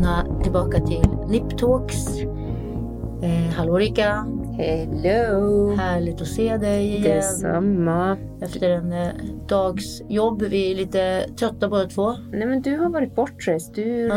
välkomna tillbaka till Nip Talks. Hallå Rika. Hello. Härligt att se dig igen. Detsamma. Efter en dags jobb. Vi är lite trötta båda två. Nej, men du har varit bortrest.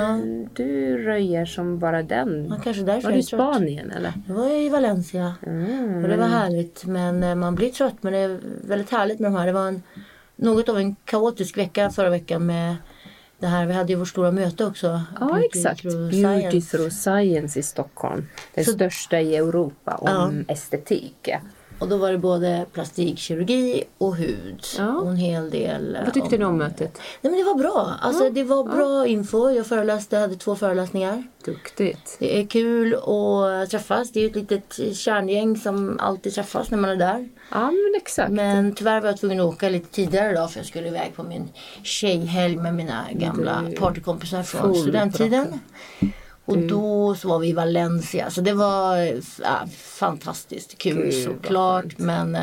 Du röjer som bara den. Ja, kanske därför var du i Spanien eller? Jag var i Valencia. Och det var härligt. Men man blir trött. Men det är väldigt härligt med de här. Det var något av en kaotisk vecka förra veckan med det här. Vi hade ju vårt stora möte också. Ja, exakt. Beauty Through Science i Stockholm. Det största i Europa om estetik. Och då var det både plastikkirurgi och hud. Och en hel del. Vad tyckte du om mötet? Nej, men det var bra. Alltså det var bra info. Jag hade 2 föreläsningar. Duktigt. Det är kul att träffas. Det är ett litet kärngäng som alltid träffas när man är där. Ja, men exakt. Men tyvärr var jag tvungen att åka lite tidigare idag. För jag skulle iväg på min tjejhelg med mina gamla partykompisar från studenttiden. Och då så var vi i Valencia. Så det var fantastiskt kul såklart. Men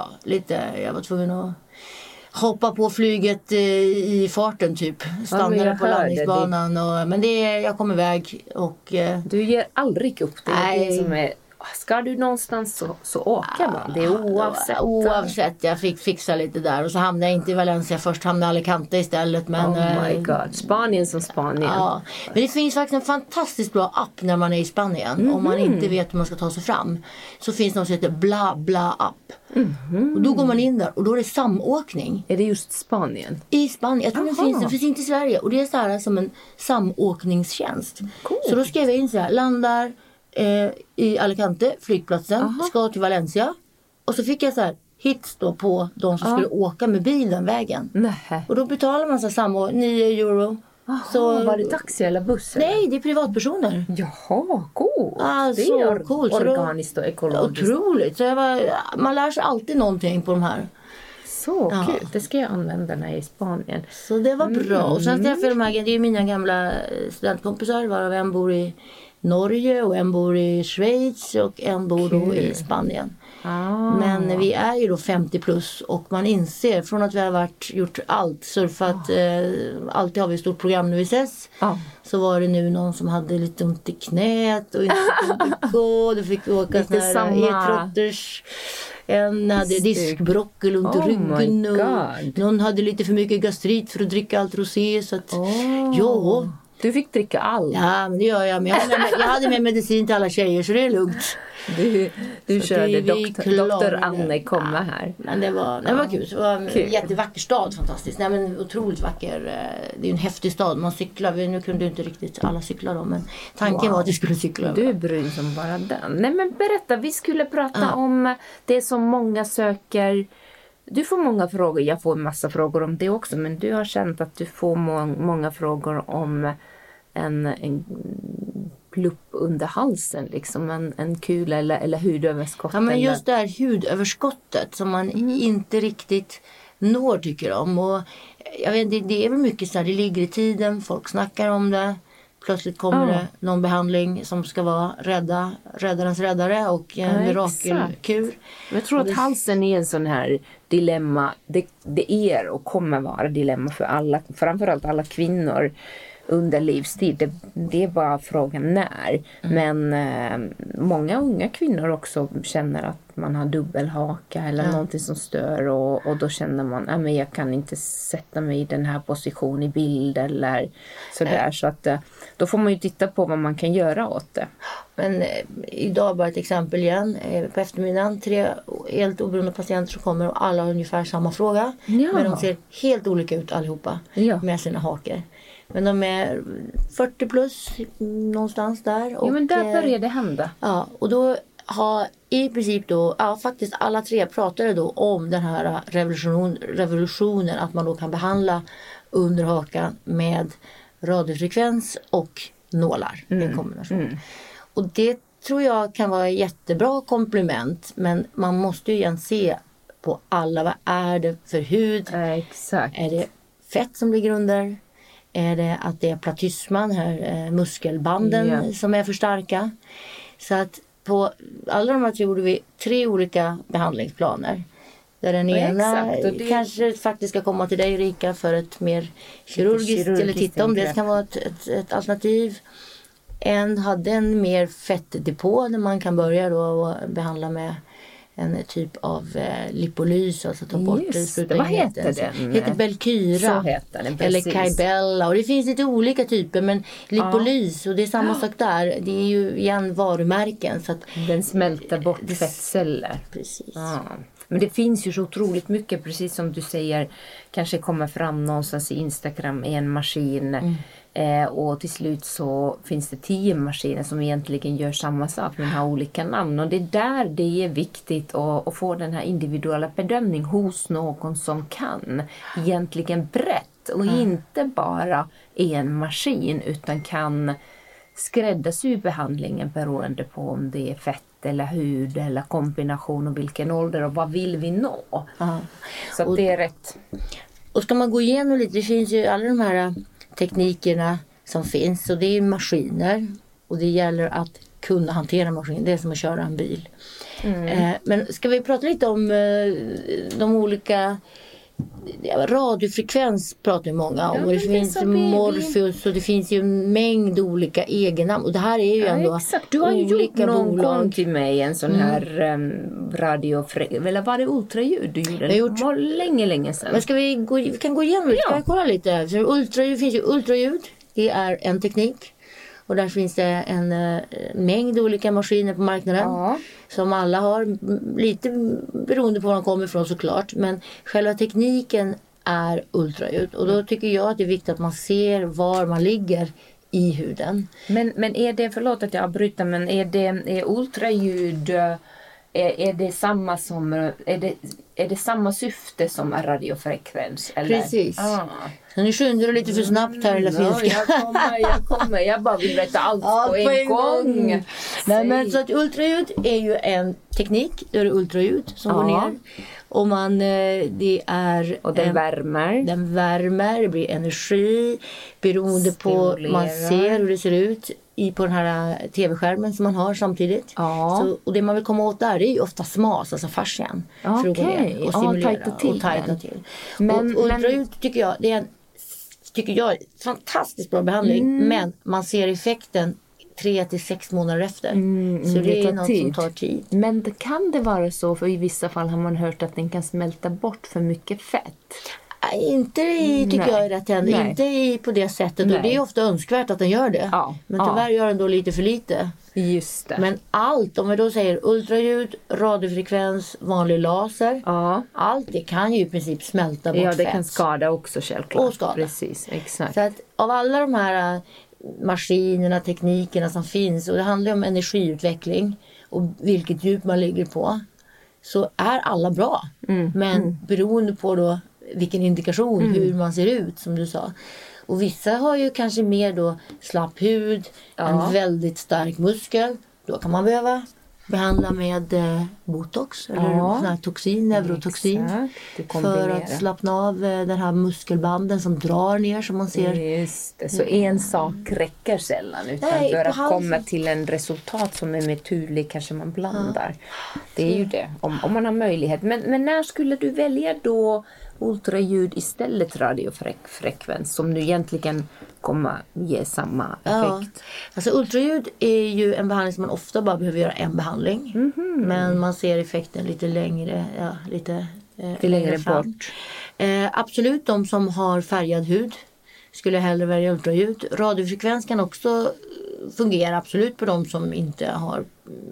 jag var tvungen att hoppa på flyget i farten typ. Stannade på landningsbanan. Men jag kom iväg. Och, du ger aldrig upp. Det nej. Det som är... Ska du någonstans så åker man. Det är oavsett. Jag fick fixa lite där. Och så hamnade jag inte i Valencia. Först hamnade Alicante istället. Men, oh my god. Spanien som Spanien. Ja. Men det finns faktiskt en fantastiskt bra app när man är i Spanien. Om man inte vet hur man ska ta sig fram. Så finns det något som heter Bla Bla app. Och då går man in där. Och då är det samåkning. Är det just Spanien? I Spanien. Jag tror det finns inte i Sverige. Och det är så här som en samåkningstjänst. Cool. Så då skrev jag in så här. Landar i Alicante, flygplatsen, ska till Valencia. Och så fick jag så här hits då på de som skulle åka med bil den vägen. Nej. Och då betalar man så samma 9 euro. Så var det taxi eller buss? Eller? Nej, det är privatpersoner. Jaha, coolt. Det är coolt. Organiskt och ekologiskt. Otroligt. Så man lär sig alltid någonting på de här. Så kul. Det ska jag använda när jag är i Spanien. Så det var bra. Och sen träffade jag det är mina gamla studentkompisar. Varav en bor i Norge och en bor i Schweiz och en bor då i Spanien. Men vi är ju då 50 plus och man inser från att vi har gjort allt, surfat, alltid har vi ett stort program nu i SES. Så var det nu någon som hade lite ont i knät och inte kunde gå. Då fick vi åka sådana här e-trotters. En hade diskbrockel under ryggen och någon hade lite för mycket gastrit för att dricka allt rosé. Så att, du fick dricka allt. Ja, men det gör jag. Men jag hade med medicin till alla tjejer så det är lugnt. Du körde doktor Anne komma här. Men det var kul. Det var en jättevacker stad, fantastiskt. Nej, men otroligt vacker. Det är en häftig stad. Man cyklar. Nu kunde inte riktigt alla cykla då. Men tanken var att vi skulle cykla. Du är brun som bara den. Nej, men berätta. Vi skulle prata om det som många söker. Du får många frågor. Jag får en massa frågor om det också. Men du har känt att du får många frågor om en plupp under halsen. Liksom en kula eller hudöverskott. Ja, men just det här hudöverskottet som man inte riktigt når tycker om. Och jag vet, det är väl mycket så här, det ligger i tiden. Folk snackar om det. Plötsligt kommer det någon behandling som ska vara räddarens räddare och en mirakelkur. Jag tror att halsen är en sån här dilemma. Det är och kommer vara dilemma för alla, framförallt alla kvinnor under livstid. Det är bara frågan när. Men många unga kvinnor också känner att man har dubbelhaka eller någonting som stör och då känner man men jag kan inte sätta mig i den här positionen i bild eller sådär. Så att då får man ju titta på vad man kan göra åt det. Men idag bara ett exempel igen. På eftermiddagen 3 helt oberoende patienter som kommer och alla har ungefär samma fråga. Men de ser helt olika ut allihopa med sina hakor. Men de är 40 plus någonstans där. Och, men där börjar det hända. Ja, och då har i princip då, faktiskt alla 3 pratade då om den här revolutionen att man då kan behandla under hakan med radiofrekvens och nålar i kombination. Och det tror jag kan vara ett jättebra komplement, men man måste ju igen se på alla, vad är det för hud? Exakt. Är det fett som ligger under? Är det att det är platysman, här muskelbanden som är för starka? Så att på alla de här 3 gjorde vi 3 olika behandlingsplaner. Där den ena kanske faktiskt ska komma till dig, Rika, för ett mer kirurgiskt eller titta om det kan vara ett alternativ. En hade en mer fettdepå där man kan börja då och behandla med en typ av lipolys, alltså ta bort det. Vad heter den? Det heter Belkyra. Så heter den, eller Kybella. Och det finns lite olika typer, men lipolys, och det är samma sak där. Det är ju igen varumärken. Så att den smälter bort fettceller. Precis. Ja. Men det finns ju så otroligt mycket, precis som du säger, kanske kommer fram någonstans i Instagram i en maskin. Och till slut så finns det 10 maskiner som egentligen gör samma sak men har olika namn. Och det är där det är viktigt att få den här individuella bedömning hos någon som kan egentligen brett. Och inte bara en maskin, utan kan skräddarsy behandlingen beroende på om det är fett eller hud eller kombination och vilken ålder och vad vill vi nå. Så att det är rätt. Och ska man gå igenom lite, det finns ju alla de här teknikerna som finns, och det är maskiner och det gäller att kunna hantera maskiner. Det är som att köra en bil. Men ska vi prata lite om de olika radiofrekvens pratar ju många om, och det finns Morpheus och det finns ju en mängd olika egennamn, och det här är ju ändå exakt. Du har ju gjort någon gång till mig en sån här radiofrekvens, eller var det ultraljud du gjorde? Det var länge sedan. Men vi kan gå igenom det, ska vi kolla lite. Så ultraljud, finns ju ultraljud, det är en teknik. Och där finns det en mängd olika maskiner på marknaden som alla har, lite beroende på var de kommer ifrån såklart. Men själva tekniken är ultraljud. Och då tycker jag att det är viktigt att man ser var man ligger i huden. Men är det, förlåt att jag avbryter, men är ultraljud... Är det samma syfte som är radiofrekvens? Eller? Precis. Så nu skyndar du lite för snabbt här, eller finska. Jag kommer. Jag bara vill veta allt på en gång. Nej, men så att ultraljud är ju en teknik. Det är ultraljud som går ner. Och och den värmer. Den värmer, det blir energi beroende på man ser hur det ser ut på den här tv-skärmen som man har samtidigt. Så, och det man vill komma åt där är ju ofta smas, alltså fascian. För att gå ner och stimulera och tajta till. Men ultraljud tycker jag, det är en fantastiskt bra behandling, men man ser effekten 3 till 6 månader efter. Så det är något som tar tid. Men kan det vara så, för i vissa fall har man hört att den kan smälta bort för mycket fett? Inte tycker jag är rätt händer. Inte på det sättet. Och det är ofta önskvärt att den gör det. Men tyvärr gör den då lite för lite. Just det. Men allt, om vi då säger ultraljud, radiofrekvens, vanlig laser. Allt det kan ju i princip smälta bort fett. Ja, det kan skada också självklart. Och skada. Precis, exakt. Så att av alla de här maskinerna, teknikerna som finns, och det handlar om energiutveckling och vilket djup man ligger på, så är alla bra. Men beroende på då vilken indikation, hur man ser ut, som du sa. Och vissa har ju kanske mer då slapp hud, en väldigt stark muskel. Då kan man behöva behandla med botox eller sån här toxin, neurotoxin, för att slappna av den här muskelbanden som drar ner, som man ser. Just det. Så en sak räcker sällan, utan för att komma till en resultat som är mer tydlig kanske man blandar. Det är ju det, om man har möjlighet. Men när skulle du välja då ultraljud istället radiofrekvens, som nu egentligen kommer ge samma effekt? Alltså ultraljud är ju en behandling som man ofta bara behöver göra en behandling. Men man ser effekten lite längre, lite längre bort. Absolut, de som har färgad hud skulle hellre välja ultraljud. Radiofrekvens kan också fungera absolut på de som inte har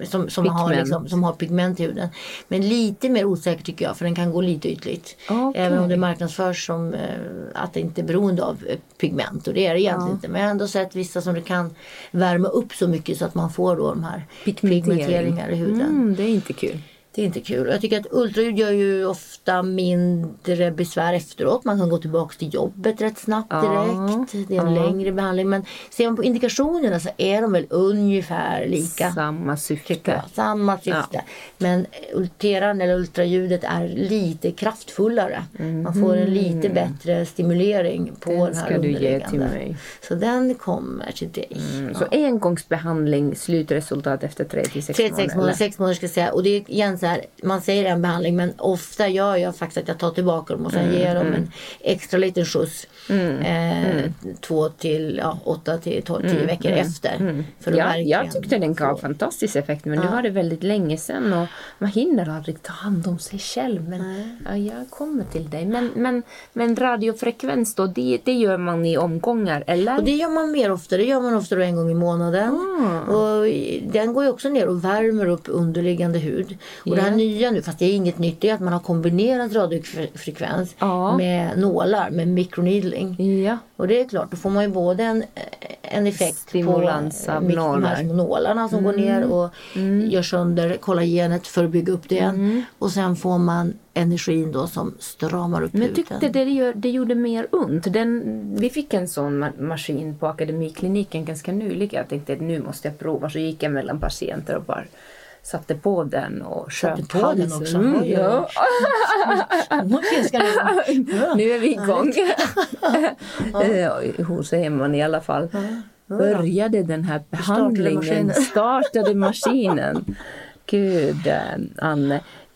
som har pigment i huden. Men lite mer osäker tycker jag, för den kan gå lite ytligt. Även om det marknadsförs som att det inte är beroende av pigment, och det är det egentligen inte. Men jag har ändå sett vissa som det kan värma upp så mycket så att man får då de här pigmenteringar i huden. Det är inte kul. Det är inte kul. Jag tycker att ultraljud gör ju ofta mindre besvär efteråt. Man kan gå tillbaka till jobbet rätt snabbt direkt. Det är en längre behandling. Men ser man på indikationerna så är de väl ungefär lika. Samma syfte. Samma syfte. Men ultraljudet är lite kraftfullare. Man får en lite bättre stimulering på den här underliggande. Ska du ge till mig. Så den kommer till dig. Så engångsbehandling, slutresultat efter 3 till 6 månader. 6 månader ska jag säga. Och det är så här, man säger en behandling, men ofta gör jag faktiskt att jag tar tillbaka dem och sen ger dem en extra liten skjuts 2 till 8 till 12 10 veckor efter. För jag tyckte den gav fantastisk effekt, men nu var det väldigt länge sedan och man hinner aldrig ta hand om sig själv. Men jag kommer till dig. Men radiofrekvens då, det gör man i omgångar, eller? Och det gör man mer ofta. Det gör man ofta en gång i månaden. Och den går ju också ner och värmer upp underliggande hud. Och det här nya nu, fast det är inget nytt, det är att man har kombinerat radiofrekvens med nålar, med microneedling. Ja. Och det är klart, då får man ju både en effekt stimulans på av de här små nålarna som går ner och gör sönder kollagenet för att bygga upp det igen. Och sen får man energin då som stramar upp huden. Men tyckte det gjorde mer ont. Vi fick en sån maskin på akademikliniken ganska nyligen. Jag tänkte att nu måste jag prova. Så gick jag mellan patienter och bara satte på den och sköt på halsen. Den också. Ja. Nu är vi igång. Hos Hemman i alla fall. Började den här behandlingen. Startade maskinen. Gud, Anne.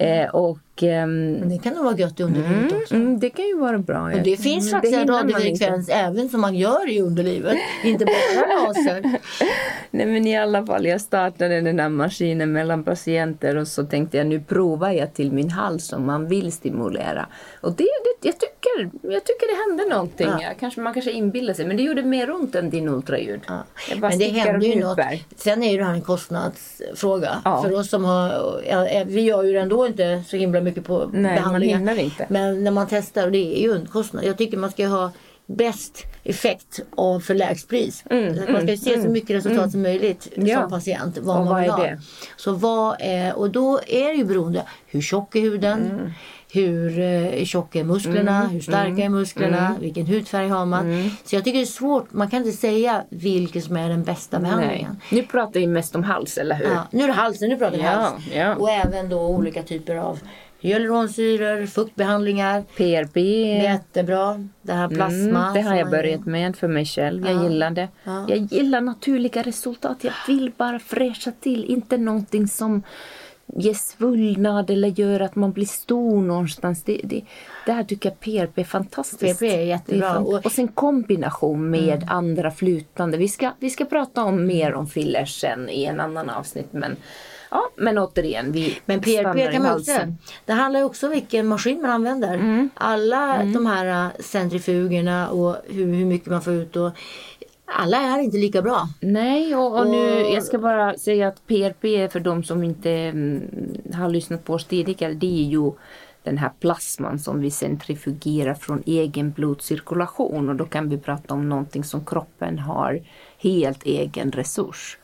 Men det kan nog vara gött i underlivet också. Det kan ju vara bra. Och det finns faktiskt en radiofrekvens även som man gör i underlivet. Inte bara laser. Nej, men i alla fall, jag startade den här maskinen mellan patienter och så tänkte jag, nu provar jag till min hals om man vill stimulera. Och jag tycker det hände någonting. Man kanske inbillar sig, men det gjorde mer ont än din ultraljud. Ja. Men det händer ju något. Sen är ju det här en kostnadsfråga. Ja. För oss som vi gör ju ändå inte så himla mycket på behandlingar. Man inte. Men när man testar, och det är ju en kostnad. Jag tycker man ska ha bäst effekt av för lägst pris. Man ska se så mycket resultat som möjligt som patient. Vad man vill ha. Så och då är det ju beroende hur tjock är huden, hur tjocka är musklerna, hur starka är musklerna, vilken hudfärg har man. Så jag tycker det är svårt, man kan inte säga vilken som är den bästa behandlingen. Nu pratar vi mest om hals, eller hur? Ja, nu är det halsen, nu pratar vi hals. Ja. Och även då olika typer av hyaluronsyror, fuktbehandlingar. PRP. Jättebra. Det här plasma. Det har jag börjat med för mig själv. Jag gillar det. Ja. Jag gillar naturliga resultat. Jag vill bara fräscha till. Inte någonting som ger svullnad eller gör att man blir stor någonstans. Det här tycker jag PRP är fantastiskt. PRP är jättebra. Och sen kombination med andra flytande. Vi ska prata mer om fillers sen i en annan avsnitt. Men återigen, men PRP kan man också. Det handlar ju också om vilken maskin man använder. Alla de här centrifugerna och hur mycket man får ut. Och alla är inte lika bra. Nej, och nu, jag ska bara säga att PRP, för de som inte har lyssnat på oss tidigare, det är ju den här plasman som vi centrifugerar från egen blodcirkulation. Och då kan vi prata om någonting som kroppen har helt egen resurs.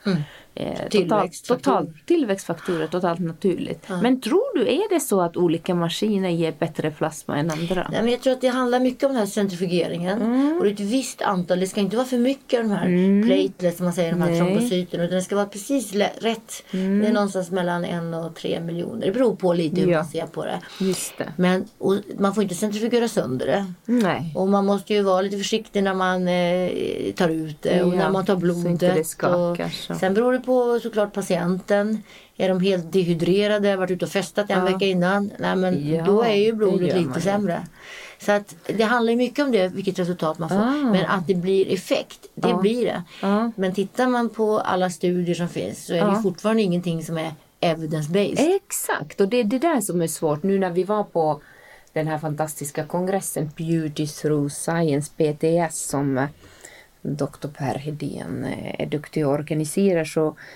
Tillväxtfaktorer, totalt naturligt. Men tror du, är det så att olika maskiner ger bättre plasma än andra? Nej, men jag tror att det handlar mycket om den här centrifugeringen. Och det är ett visst antal, det ska inte vara för mycket av de här platelets som man säger, de här trombocyterna, utan det ska vara precis rätt. Det är någonstans mellan 1 och 3 miljoner. Det beror på lite hur man ser på det. Just det. Men man får inte centrifugera sönder det. Nej. Och man måste ju vara lite försiktig när man tar ut det och när man tar blodet. Så inte det skakar, sen beror det på såklart patienten. Är de helt dehydrerade, varit ute och festat en vecka innan, då är ju blodet lite sämre. Så att det handlar ju mycket om det, vilket resultat man får. Men att det blir effekt, det blir det. Men tittar man på alla studier som finns så är det fortfarande ingenting som är evidence-based. Exakt, och det är det där som är svårt. Nu när vi var på den här fantastiska kongressen Beauty Through Science, PTS, som Dr. Per Hedén är duktig och organiserar,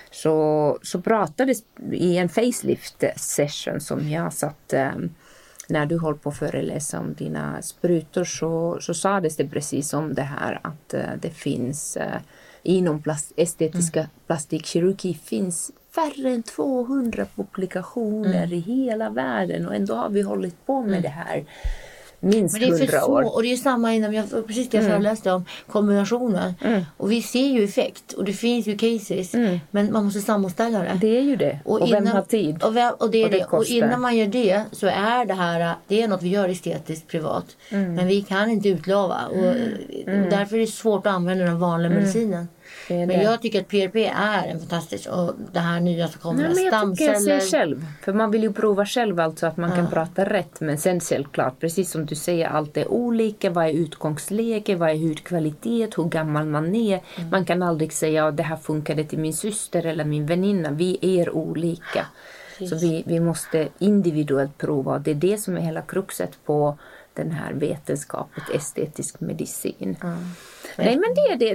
så pratades i en facelift session som jag satt när du höll på att föreläsa om dina sprutor, så sades det precis om det här att det finns inom estetiska plastikkirurgi finns färre än 200 publikationer i hela världen, och ändå har vi hållit på med det här minst 100 år. Och det är samma inom, precis det jag föreläste om, kombinationer. Och vi ser ju effekt, och det finns ju cases, men man måste sammanställa det. Det är ju det. Och vem har tid? Och det och innan man gör det så är det är något vi gör estetiskt privat. Men vi kan inte utlova. Och därför är det svårt att använda den vanliga medicinen. Men jag tycker att PRP är en fantastisk, och det här nya som kommer, men jag stamceller. tycker jag ser själv. För man vill ju prova själv alltså att man kan prata rätt. Men sen självklart, precis som du säger, allt är olika. Vad är utgångsläge, vad är hudkvalitet, hur gammal man är. Man kan aldrig säga att det här funkade till min syster eller min väninna. Vi är olika. Så vi måste individuellt prova, och det är det som är hela kruxet på den här vetenskapet, estetisk medicin. Nej, men det är det.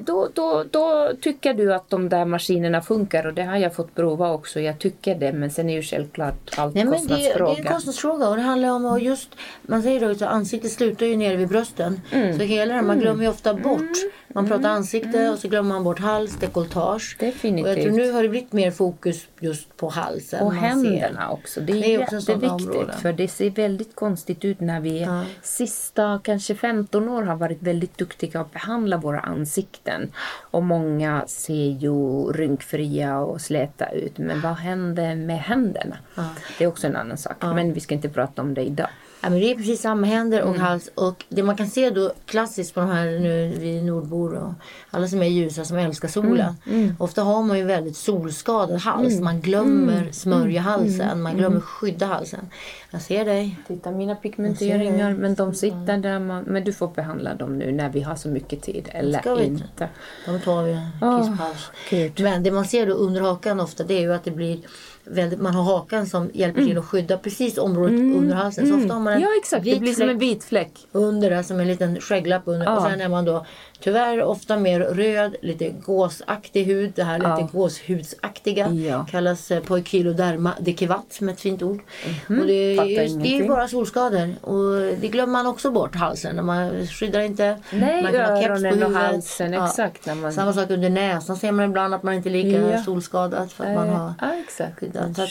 Då tycker du att de där maskinerna funkar, och det har jag fått prova också. Jag tycker det, men sen är ju självklart allt kostnadsfråga. Det är en kostnadsfråga, och det handlar om att just, man säger då att ansiktet slutar ju nere vid brösten. Så hela det, man glömmer ju ofta bort. Man pratar ansikte och så glömmer man bort hals, dekolletage. Definitivt. Och jag tror nu har det blivit mer fokus just på halsen. Och händerna också. Det är också jätteviktigt, för det ser väldigt konstigt ut när vi sista kanske 15 år har varit väldigt duktiga att behandla våra ansikten. Och många ser ju rynkfria och släta ut. Men vad händer med händerna? Det är också en annan sak. Men vi ska inte prata om det idag. Ja, men det är precis samma händer och hals, och det man kan se då klassiskt på de här nu vid nordbor och alla som är ljusa, som älskar solen. Ofta har man ju väldigt solskadad hals. Man glömmer smörja halsen, man glömmer skydda halsen. Jag ser dig. Titta mina pigmenteringar, men de sitter där. Men du får behandla dem nu när vi har så mycket tid, eller inte. De tar vi kisspaus. Men det man ser då under hakan ofta, det är ju att det blir väldigt, man har hakan som hjälper till att skydda precis området under halsen. Så ofta har man en exakt, det blir som en vit fläck under det, som en liten skägglapp under. Och sen är man då tyvärr ofta mer röd, lite gåsaktig hud. Det här lite gåshudsaktiga kallas poikiloderma decuvat, som ett fint ord. Och det är bara solskador, och det glömmer man också bort, halsen. Man skyddar inte. Nej, man kan ha keps på huvudet. Och halsen, exakt. När man... Samma sak under näsan ser man ibland att man inte är lika solskadad, för att man har exakt.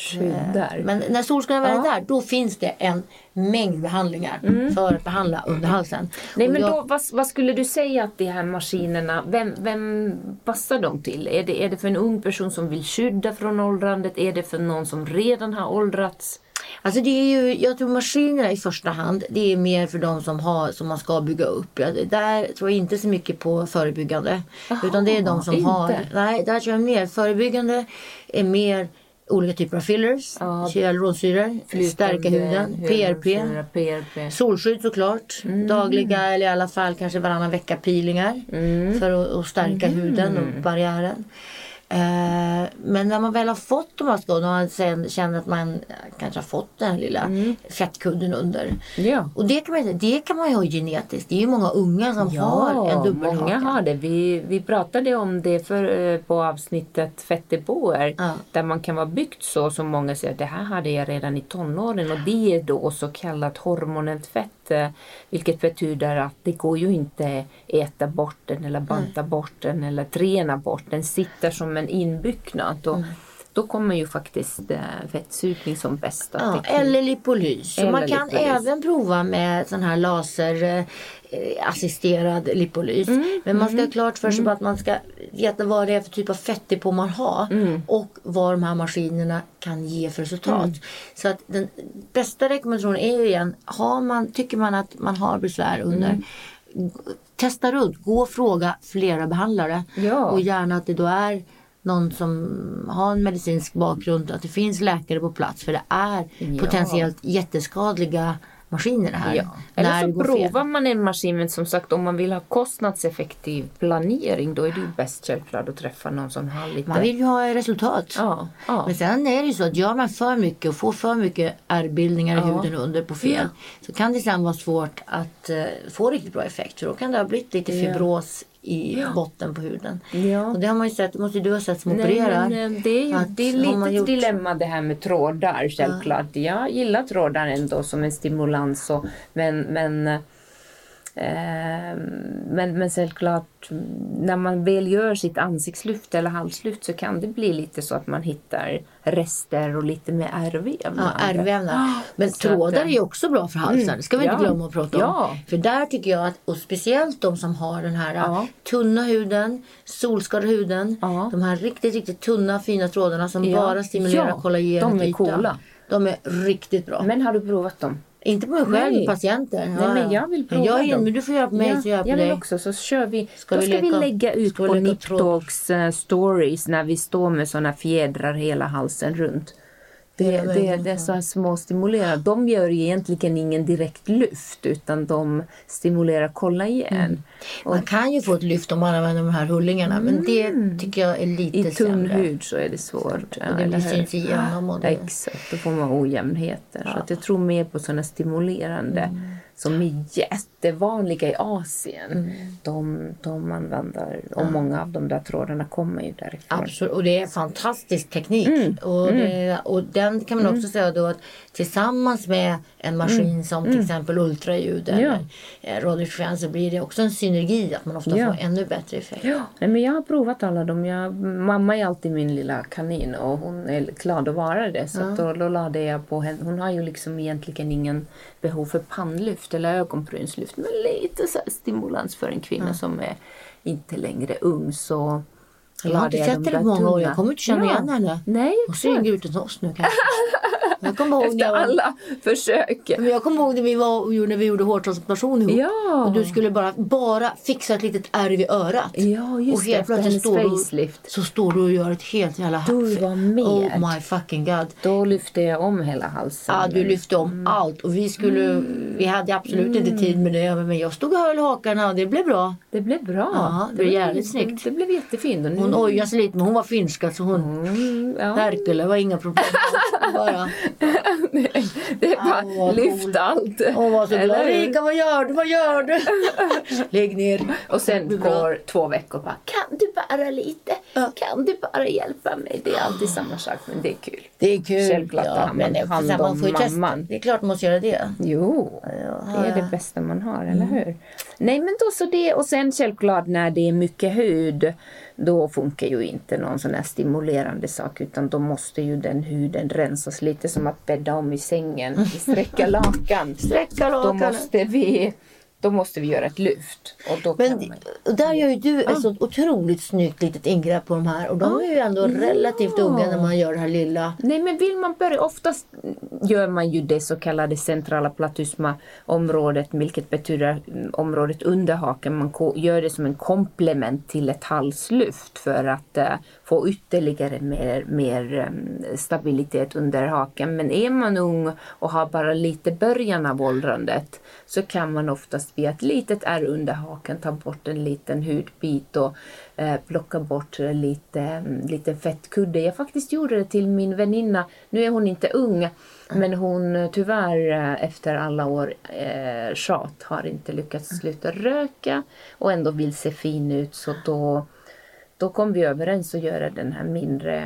Men när solskadan är där, då finns det en mängd behandlingar för att behandla under halsen. Nej, men då, vad skulle du säga att de här maskinerna, vem passar de till? Är det för en ung person som vill skydda från åldrandet? Är det för någon som redan har åldrats? Alltså det är ju, jag tror maskinerna i första hand, det är mer för de som man ska bygga upp. Där tror jag inte så mycket på förebyggande. Utan det är de som har, nej, där tror jag mer förebyggande är mer olika typer av fillers, hyaluronsyrer, stärka huden, PRP, solskydd såklart, dagliga eller i alla fall kanske varannan vecka peelingar för att stärka huden och barriären. Men när man väl har fått de här skadorna och sen känner att man kanske har fått den lilla fettkudden under. Ja. Och det kan man ju ha genetiskt. Det är ju många unga som har en dubbelhaka. Många har det. Vi pratade om det på avsnittet fettdepåer. Där man kan vara byggt så som många säger att det här hade jag redan i tonåren. Och det är då så kallat hormonellt fett. Vilket betyder att det går ju inte äta bort den eller banta bort den eller träna bort. Den sitter som en inbyggnad. Och då kommer ju faktiskt fettsupning som bästa teknik. Eller lipolys. Så man kan även prova med sån här laserassisterad lipolys. Men man ska ha klart för sig att man ska veta vad det är för typ av fettdepå man har. Och vad de här maskinerna kan ge för resultat. Så att den bästa rekommendationen är ju igen, tycker man att man har besvär under, testa runt, gå och fråga flera behandlare. Och gärna att det då är någon som har en medicinsk bakgrund, att det finns läkare på plats, för det är potentiellt jätteskadliga maskiner det här. Eller så provar man en maskin, men som sagt, om man vill ha kostnadseffektiv planering, då är det ju bäst självklart att träffa någon som har lite... Man vill ju ha resultat. Men sen är det ju så att gör man för mycket och får för mycket ärrbildningar i huden under på fel, så kan det sen vara svårt att få riktigt bra effekt. För då kan det ha blivit lite fibros i botten på huden. Och det har man ju sett, måste du ha sett som opererar. Det är lite ett dilemma det här med trådar, självklart. Jag gillar trådar ändå som en stimulans. Men självklart, när man väl gör sitt ansiktslyft eller halslyft, så kan det bli lite så att man hittar rester och lite med ärrvävnad. Men trådar är ju också bra för halsen. Det ska vi inte glömma att prata om. För där tycker jag att, och speciellt de som har den här tunna huden, solskadade huden, de här riktigt, riktigt tunna, fina trådarna som bara stimulerar kollagenet. De är coola. De är riktigt bra. Men har du provat dem? Inte på mig själv, med patienter. Nej, men jag vill prova dem. Men du får göra på mig så gör jag på jag dig. vill också, så kör vi. Då ska vi lägga ut på Niptalks stories när vi står med såna fjädrar hela halsen runt. Det är så här små stimulerar. De gör ju egentligen ingen direkt lyft, utan de stimulerar kollagen. Man kan ju få ett lyft om man använder de här hullingarna, men det tycker jag är lite tunn sämre. hud så är det svårt. Och det blir syns igenom. Exakt, då får man ojämnheter. Så att jag tror mer på sådana stimulerande som är jättevanliga i Asien. De använder, och många av de där trådarna kommer ju därifrån. Absolut, och det är fantastisk teknik. Och den kan man också säga då att tillsammans med en maskin som till exempel ultraljud eller radiofrekvenser blir det också en synergi, att man ofta får ännu bättre effekt. Ja, men jag har provat alla dem. Mamma är alltid min lilla kanin och hon är glad att vara det. Så att då lade jag på henne. Hon har ju liksom egentligen ingen behov för pannlyft eller ögonbrynslyft, men lite så här stimulans för en kvinna som är inte längre ung. Så jag har inte sett det på många år. Jag kommer inte känna igen henne. Nej, hon ser ju ut hos oss nu kanske. Jag kommer ihåg efter alla försök. Men jag kommer ihåg när vi gjorde hårtransplantation ihop. Ja. Och du skulle bara fixa ett litet ärr vid örat. Ja, just och helt det. Efter hennes facelift. Så står du och gör ett helt jävla Du var med. Oh my fucking god. Då lyfte jag om hela halsen. Ja, du lyfte om allt. Och vi hade absolut inte tid med det. Men jag stod och höll hakarna och det blev bra. Det blev bra. Ja, det blev jävligt snyggt. Det blev jättefint. Hon ojade sig lite, men hon var finska så hon... Herkule, var inga problem. Bara... Nej, det är bara lyft allt. Hon var så glad. Rika, vad gör du? Lägg ner. Och sen går 2 veckor bara, kan du bara lite? Kan du bara hjälpa mig? Det är alltid samma sak, men det är kul. Det är kul. Självklart att man hand om mamman. Det är klart man måste göra det. Jo, det är det bästa man har, eller hur? Nej, men då så det. Och sen självklart när det är mycket hud, då funkar ju inte någon sån här stimulerande sak, utan då måste ju den huden rensas lite som att bädda om i sängen, sträcka lakan. Då måste vi göra ett lyft. Och då där gör ju du ett så otroligt snyggt litet ingrepp på de här. Och de är ju ändå relativt unga när man gör det här lilla. Nej, men vill man börja, oftast gör man ju det så kallade centrala platysma-området, vilket betyder området under haken. Man gör det som en komplement till ett halslyft för att få ytterligare mer stabilitet under haken. Men är man ung och har bara lite början av åldrandet, så kan man oftast via ett litet ärr under haken ta bort en liten hudbit och plocka bort lite fettkudde. Jag faktiskt gjorde det till min väninna. Nu är hon inte ung, men hon tyvärr efter alla år tjat har inte lyckats sluta röka och ändå vill se fin ut, så då kom vi överens att göra den här mindre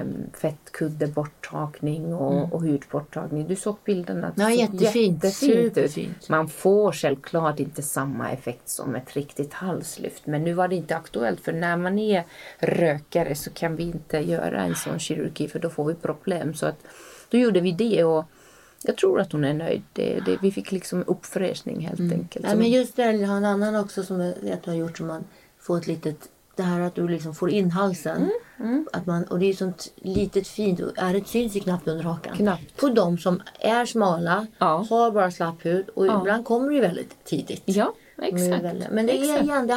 fettkuddeborttagning och hudborttagning. Du såg bilderna. Ja, jättefint ut. Man får självklart inte samma effekt som ett riktigt halslyft. Men nu var det inte aktuellt, för när man är rökare så kan vi inte göra en sån kirurgi, för då får vi problem. Så att då gjorde vi det, och jag tror att hon är nöjd. Vi fick liksom uppfräschning helt enkelt. Ja, men just det, jag har en annan också som jag vet du har gjort, som man får ett litet... Det här att du liksom får in halsen. Och det är sånt litet fint. Ärret syns ju knappt under hakan. Knappt. På de som är smala. Har bara slapp hud. Och ibland kommer det ju väldigt tidigt. Ja, exakt. Men det är igen,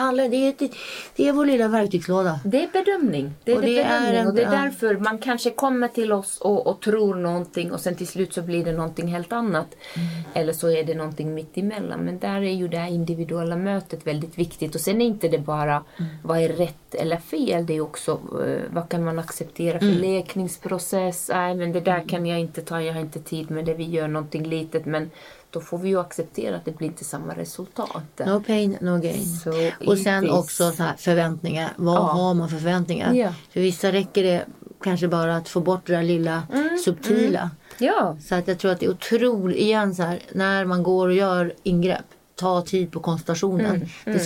det är vår lilla verktygslåda. Det är bedömning. Det är därför man kanske kommer till oss och tror någonting, och sen till slut så blir det någonting helt annat. Eller så är det någonting mitt emellan. Men där är ju det här individuella mötet väldigt viktigt. Och sen är inte det bara vad är rätt eller fel. Det är också vad kan man acceptera för läkningsprocess. Nej, men det där kan jag inte ta. Jag har inte tid med det. Vi gör någonting litet, men då får vi ju acceptera att det blir inte samma resultat. No pain, no gain. Och sen också så här förväntningar. Vad har man för förväntningar? Yeah. För vissa räcker det kanske bara att få bort det där lilla subtila. Ja. Så att jag tror att det är otroligt, igen så här, när man går och gör ingrepp, ta tid på konsultationen.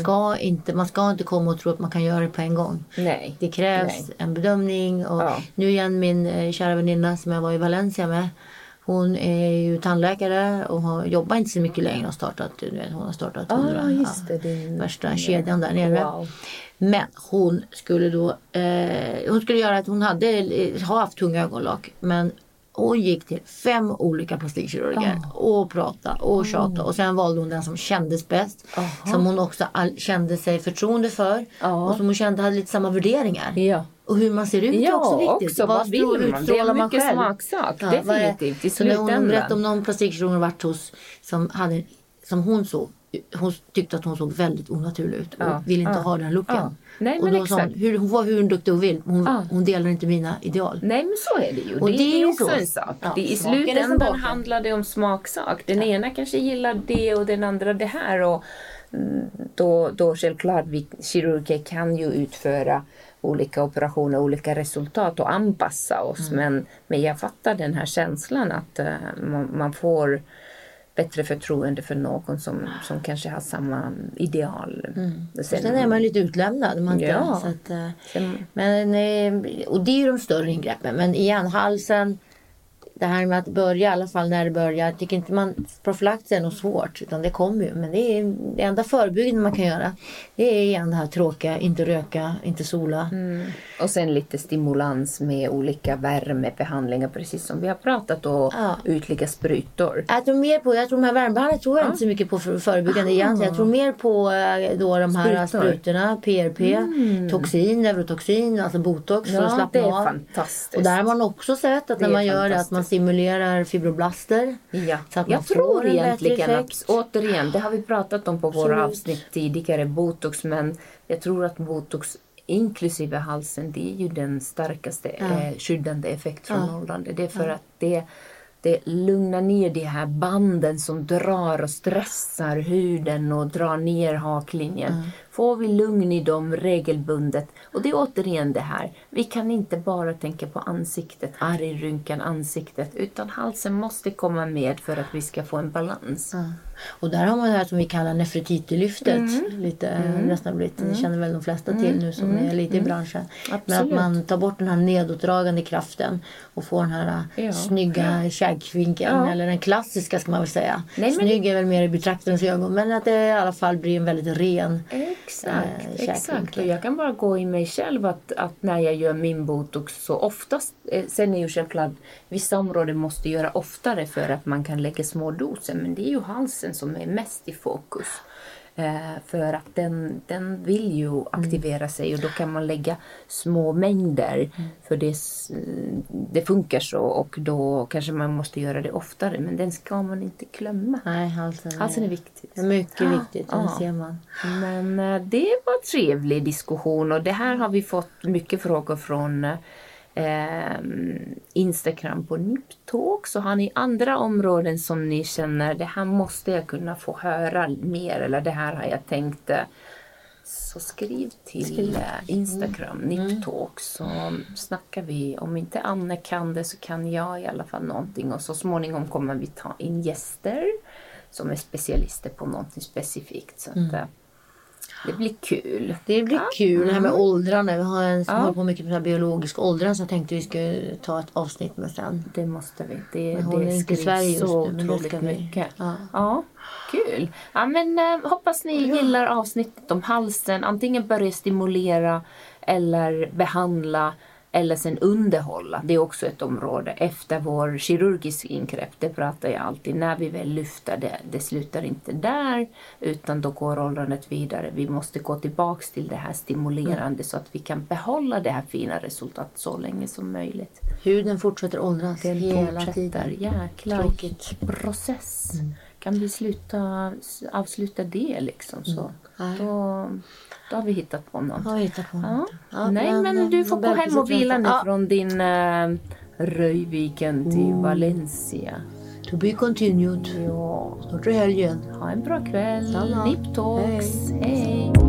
Man ska inte komma och tro att man kan göra det på en gång. Nej. Det krävs en bedömning. Och nu igen min kära väninna som jag var i Valencia med. Hon är ju tandläkare och jobbar inte så mycket längre. Hon har startat 100, värsta kedjan där nere. Wow. Men hon skulle då hon skulle göra att hon har haft tunga ögonlock, men hon gick till 5 olika plastikkirurger och pratade och tjatade. Och sen valde hon den som kändes bäst. Som hon också kände sig förtroende för. Och som hon kände hade lite samma värderingar. Ja. Och hur man ser ut är också viktigt. Också, vad vill man? Det är mycket smaksak. Definitivt. I slutändan. När hon berättade om någon plastikkirurg varit hos som hon såg. Hon tyckte att hon såg väldigt onaturlig ut. Och ville inte ha den looken. Nej, och men då sa hon, hon var hur duktig hon vill. Hon delar inte mina ideal. Nej, men så är det ju. Och det är också en sak. I slutändan handlar det om smaksak. Den ena kanske gillar det och den andra det här. Och då självklart vi kirurger kan ju utföra olika operationer, olika resultat och anpassa oss. Men jag fattar den här känslan att man får bättre förtroende för någon som kanske har samma ideal. Sen är man lite utlämnad. Så att, och det är ju de större ingreppen. Men igen, halsen, det här med att börja, i alla fall när det börjar. Jag tycker inte profylax är något svårt, utan det kommer ju. Men det är det enda förebyggande man kan göra. Det är igen det här tråkiga, inte röka, inte sola. Och sen lite stimulans med olika värmebehandlingar, precis som vi har pratat, och ytliga sprutor. Jag tror de här värmebehandlingarna tror jag inte så mycket på förebyggande egentligen. Jag tror mer på då de här sprutorna, PRP, toxin, neurotoxin, alltså botox för att slappna av. Det är fantastiskt. Och där har man också sett att när man gör det, att man stimulerar fibroblaster. Ja. Så att jag tror egentligen att, återigen, det har vi pratat om på våra avsnitt tidigare, botox, men jag tror att botox inklusive halsen, det är ju den starkaste skyddande effekt från åldrande. Det är för att det lugnar ner de här banden som drar och stressar huden och drar ner haklinjen. Får vi lugn i dem regelbundet. Och det är återigen det här. Vi kan inte bara tänka på ansiktet, argrynkan, ansiktet. Utan halsen måste komma med för att vi ska få en balans. Och där har man det här som vi kallar nefretitilyftet. Lite nästan blivit. Det känner väl de flesta till nu som är lite i branschen. Men att man tar bort den här nedåtdragande kraften. Och får den här snygga käkvinkeln. Eller den klassiska ska man väl säga. Snygg är väl mer i betraktarens ögon. Men att det i alla fall blir en väldigt ren Exakt. Och jag kan bara gå i mig själv att när jag gör min botox så oftast, sen är ju självklart vissa områden måste göra oftare för att man kan lägga små doser, men det är ju halsen som är mest i fokus. För att den vill ju aktivera sig och då kan man lägga små mängder för det funkar så, och då kanske man måste göra det oftare, men den ska man inte glömma. Nej, halsen är viktigt. Det är mycket viktigt, det ser man. Men det var en trevlig diskussion, och det här har vi fått mycket frågor från Instagram på Niptalk. Så har ni andra områden som ni känner, det här måste jag kunna få höra mer, eller det här har jag tänkt, så skriv till Instagram Niptalk, så snackar vi. Om inte Anne kan det så kan jag i alla fall någonting, och så småningom kommer vi ta in gäster som är specialister på någonting specifikt, så att det blir kul. Det blir kul. Det här med åldrarna. Vi har en som håller på mycket med biologisk åldran, så jag tänkte vi skulle ta ett avsnitt med sen. Det måste vi. Det är inte i Sverige just så nu, otroligt mycket. Ja, kul. Ja, men hoppas ni gillar avsnittet om halsen. Antingen börja stimulera eller behandla eller sen underhålla. Det är också ett område. Efter vår kirurgiska ingrepp, det pratar jag alltid. När vi väl lyfter det slutar inte där, utan då går åldrandet vidare. Vi måste gå tillbaks till det här stimulerande så att vi kan behålla det här fina resultatet så länge som möjligt. Huden fortsätter åldras hela tiden. Jäklar, process. Kan vi avsluta det liksom så. Då har vi hittat på något. Nej, men du får gå hem och vila nu från din Röjviken till Valencia. To be continued. Ja. Snart är helgen. Ha en bra kväll. Niptalks. Hej.